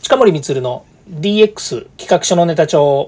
近森光の DX 企画書のネタ帳。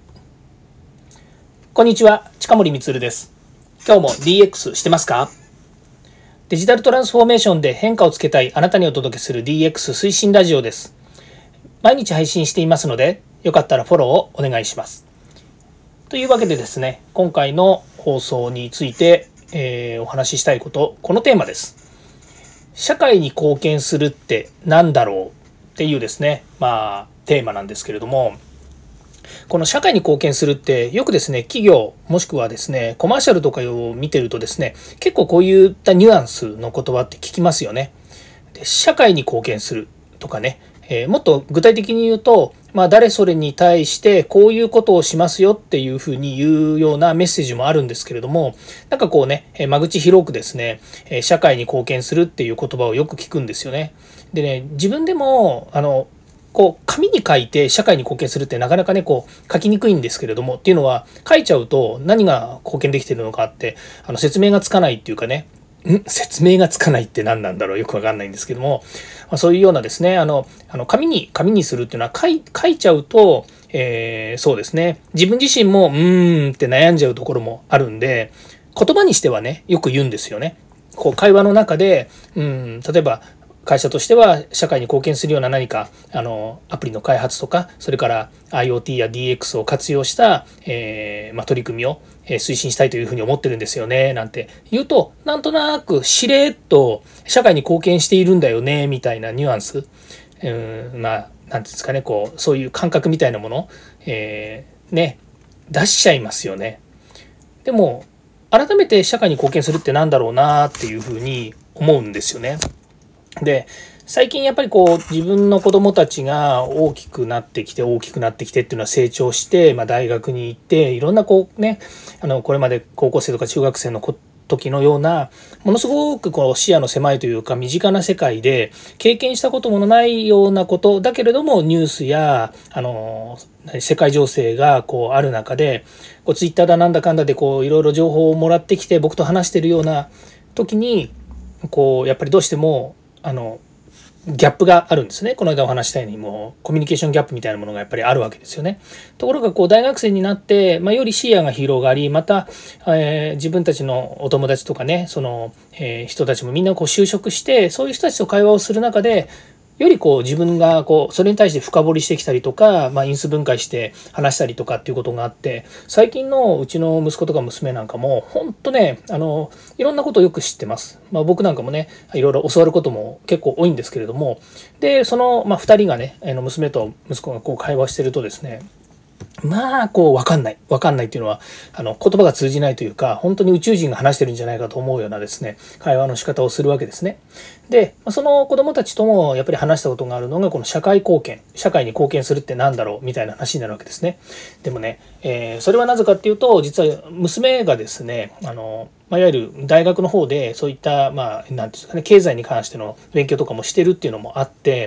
こんにちは、近森光です。今日も DX してますか？デジタルトランスフォーメーションで変化をつけたいあなたにお届けする DX 推進ラジオです。毎日配信していますので、よかったらフォローをお願いします。というわけでですね、今回の放送について、お話ししたいこと、このテーマです。社会に貢献するって何だろうっていうですね、テーマなんですけれども、この社会に貢献するってよくですね、企業もしくはですね、コマーシャルとかを見てるとですね、結構こういったニュアンスの言葉って聞きますよね。で、社会に貢献するとかね、もっと具体的に言うと、誰それに対してこういうことをしますよっていうふうに言うようなメッセージもあるんですけれども、なんかこうね、間口広くですね、社会に貢献するっていう言葉をよく聞くんですよね。でね、自分でも紙に書いて社会に貢献するってなかなかね、書きにくいんですけれども、っていうのは書いちゃうと何が貢献できているのかって説明がつかないっていうかね、説明がつかないって何なんだろう、よくわかんないんですけども、そういうようなですね、紙にするっていうのは書いちゃうと、そうですね、自分自身もって悩んじゃうところもあるんで、言葉にしてはね、よく言うんですよね。会話の中で、例えば会社としては社会に貢献するような何かアプリの開発とか、それから IoT や DX を活用した、取り組みを推進したいというふうに思ってるんですよねなんて言うと、なんとなくしれっと社会に貢献しているんだよねみたいなニュアンス、なんていうんですかね、そういう感覚みたいなもの、ね、出しちゃいますよね。でも改めて社会に貢献するってなんだろうなっていうふうに思うんですよね。で、最近やっぱり自分の子供たちが大きくなってきてっていうのは成長して、大学に行っていろんなこれまで高校生とか中学生の時のようなものすごく視野の狭いというか身近な世界で経験したこともないようなことだけれども、ニュースや世界情勢がある中でツイッターだなんだかんだでいろいろ情報をもらってきて僕と話してるような時にやっぱりどうしてもギャップがあるんですね。この間お話したようにもうコミュニケーションギャップみたいなものがやっぱりあるわけですよね。ところが大学生になって、より視野が広がり、また、自分たちのお友達とかね、人たちもみんな就職して、そういう人たちと会話をする中でより自分がそれに対して深掘りしてきたりとか、因数分解して話したりとかっていうことがあって、最近のうちの息子とか娘なんかも本当ね、いろんなことをよく知ってます。僕なんかもね、いろいろ教わることも結構多いんですけれども、でその2人がね、娘と息子が会話してるとですね、分かんないっていうのは言葉が通じないというか、本当に宇宙人が話してるんじゃないかと思うようなですね、会話の仕方をするわけですね。でその子どもたちともやっぱり話したことがあるのが、この社会に貢献するって何だろうみたいな話になるわけですね。でもね、それはなぜかっていうと、実は娘がですね、いわゆる大学の方でそういったなんていうんですかね、経済に関しての勉強とかもしてるっていうのもあって、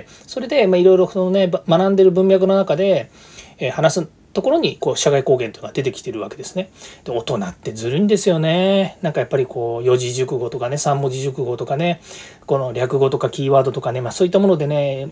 それでいろいろ学んでる文脈の中で話すところに社会貢献というのが出てきているわけですね。で、大人ってずるいんですよね。なんかやっぱり四字熟語とかね、三文字熟語とかね、この略語とかキーワードとかね、そういったものでね、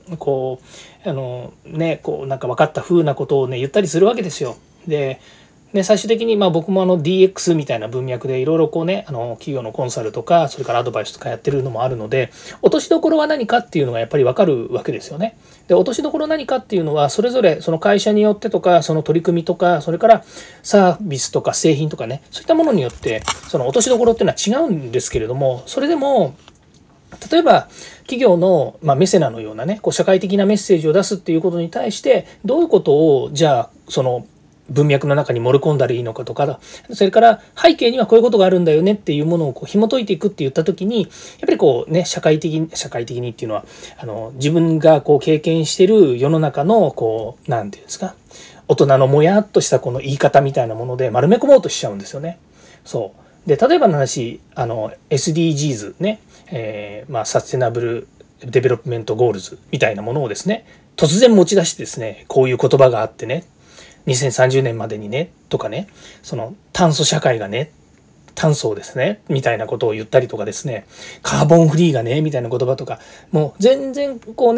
なんか分かった風なことをね言ったりするわけですよ。で最終的に僕もDX みたいな文脈でいろいろ企業のコンサルとか、それからアドバイスとかやってるのもあるので、落としどころは何かっていうのがやっぱり分かるわけですよね。で、落としどころ何かっていうのはそれぞれその会社によってとか、その取り組みとか、それからサービスとか製品とかね、そういったものによってその落としどころっていうのは違うんですけれども、それでも例えば企業のメセナのようなね、社会的なメッセージを出すっていうことに対してどういうことをじゃあその文脈の中に盛り込んだらいいのかとか、それから背景にはこういうことがあるんだよねっていうものを紐解いていくって言った時に、やっぱり社会的にっていうのは自分が経験している世の中のなんていうんですか、大人のもやっとしたこの言い方みたいなもので丸め込もうとしちゃうんですよね。そうで、例えばの話、SDGs ね、サステナブルデベロップメントゴールズみたいなものをですね、突然持ち出してですね、こういう言葉があってね、2030年までにねとかね、その炭素社会がね、炭素をですねみたいなことを言ったりとかですね、カーボンフリーがねみたいな言葉とか、もう全然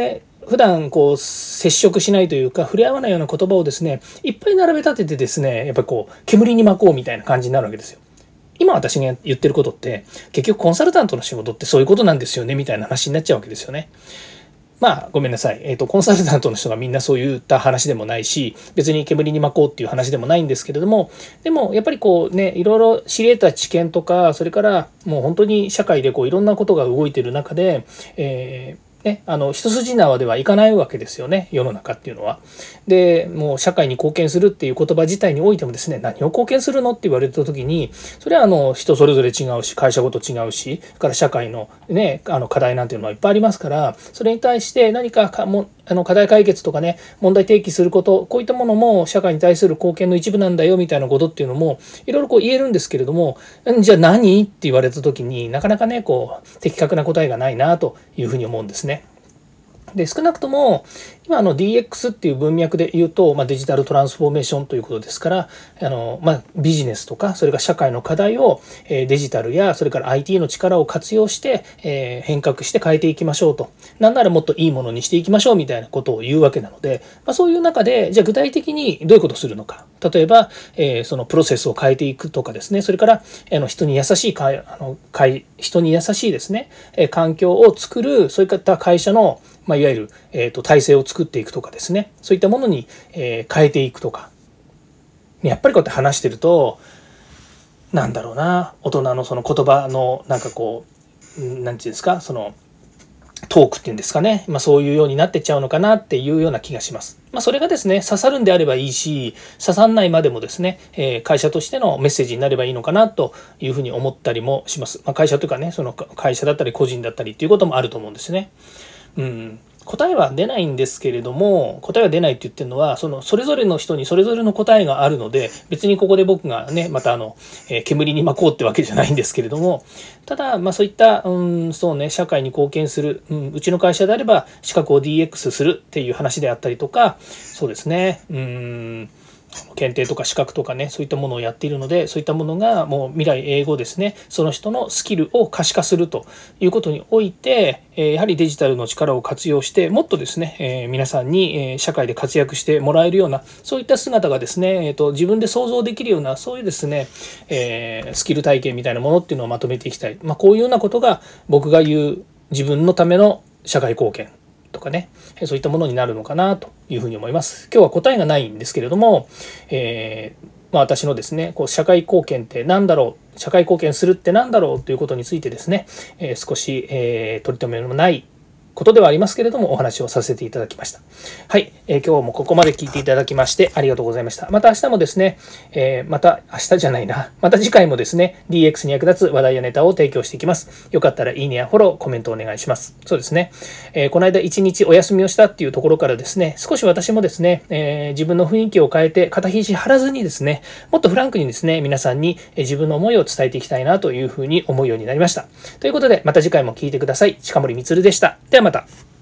普段こう接触しないというか触れ合わないような言葉をですねいっぱい並べ立ててですねやっぱりこう煙に巻こうみたいな感じになるわけですよ。今私が言ってることって結局コンサルタントの仕事ってそういうことなんですよねみたいな話になっちゃうわけですよね。まあごめんなさい、コンサルタントの人がみんなそういった話でもないし別に煙に巻こうっていう話でもないんですけれども、でもやっぱりこうねいろいろ知り得た知見とかそれからもう本当に社会でこういろんなことが動いている中で、一筋縄ではいかないわけですよね世の中っていうのは。でもう社会に貢献するっていう言葉自体においてもですね何を貢献するのって言われた時にそれは人それぞれ違うし会社ごと違うしそれから社会のね課題なんていうのはいっぱいありますからそれに対して何か課題解決とかね問題提起することこういったものも社会に対する貢献の一部なんだよみたいなことっていうのもいろいろこう言えるんですけれどもじゃあ何って言われた時になかなかねこう的確な答えがないなというふうに思うんですね。で少なくとも今DX っていう文脈で言うと、デジタルトランスフォーメーションということですからビジネスとかそれから社会の課題をデジタルやそれから IT の力を活用して変革して変えていきましょうと、なんならもっといいものにしていきましょうみたいなことを言うわけなので、そういう中でじゃあ具体的にどういうことをするのか、例えばそのプロセスを変えていくとかですね、それから人に優しい人に優しいですね環境を作るそういった会社のいわゆる、体制を作っていくとかですね、そういったものに、変えていくとか、やっぱりこうやって話してるとなんだろうな、大人のその言葉のなんかこう何て言うんですか、そのトークっていうんですかね、そういうようになってっちゃうのかなっていうような気がします。それがですね刺さるんであればいいし刺さんないまでもですね、会社としてのメッセージになればいいのかなというふうに思ったりもします。会社というかねその会社だったり個人だったりっていうこともあると思うんですね。答えは出ないんですけれども、答えは出ないって言ってるのはそれぞれの人にそれぞれの答えがあるので、別にここで僕がねまた煙に巻こうってわけじゃないんですけれども、ただそういったそうね社会に貢献する、うちの会社であれば資格を DX するっていう話であったりとか、そうですね検定とか資格とかねそういったものをやっているので、そういったものがもう未来永劫ですねその人のスキルを可視化するということにおいてやはりデジタルの力を活用してもっとですね皆さんに社会で活躍してもらえるようなそういった姿がですね自分で想像できるようなそういうですねスキル体系みたいなものっていうのをまとめていきたい、こういうようなことが僕が言う自分のための社会貢献とかね、そういったものになるのかなというふうに思います。今日は答えがないんですけれども、私のですね社会貢献って何だろう、社会貢献するって何だろうということについてですね、少し、取り留めのないことではありますけれどもお話をさせていただきました。はい、今日もここまで聞いていただきましてありがとうございました。また明日もですね、また次回もですね DX に役立つ話題やネタを提供していきます。よかったらいいねやフォローコメントお願いします。そうですね、この間1日お休みをしたっていうところからですね少し私もですね、自分の雰囲気を変えて肩肘張らずにですねもっとフランクにですね皆さんに自分の思いを伝えていきたいなというふうに思うようになりました。ということでまた次回も聞いてください。近森光でした。ではまた。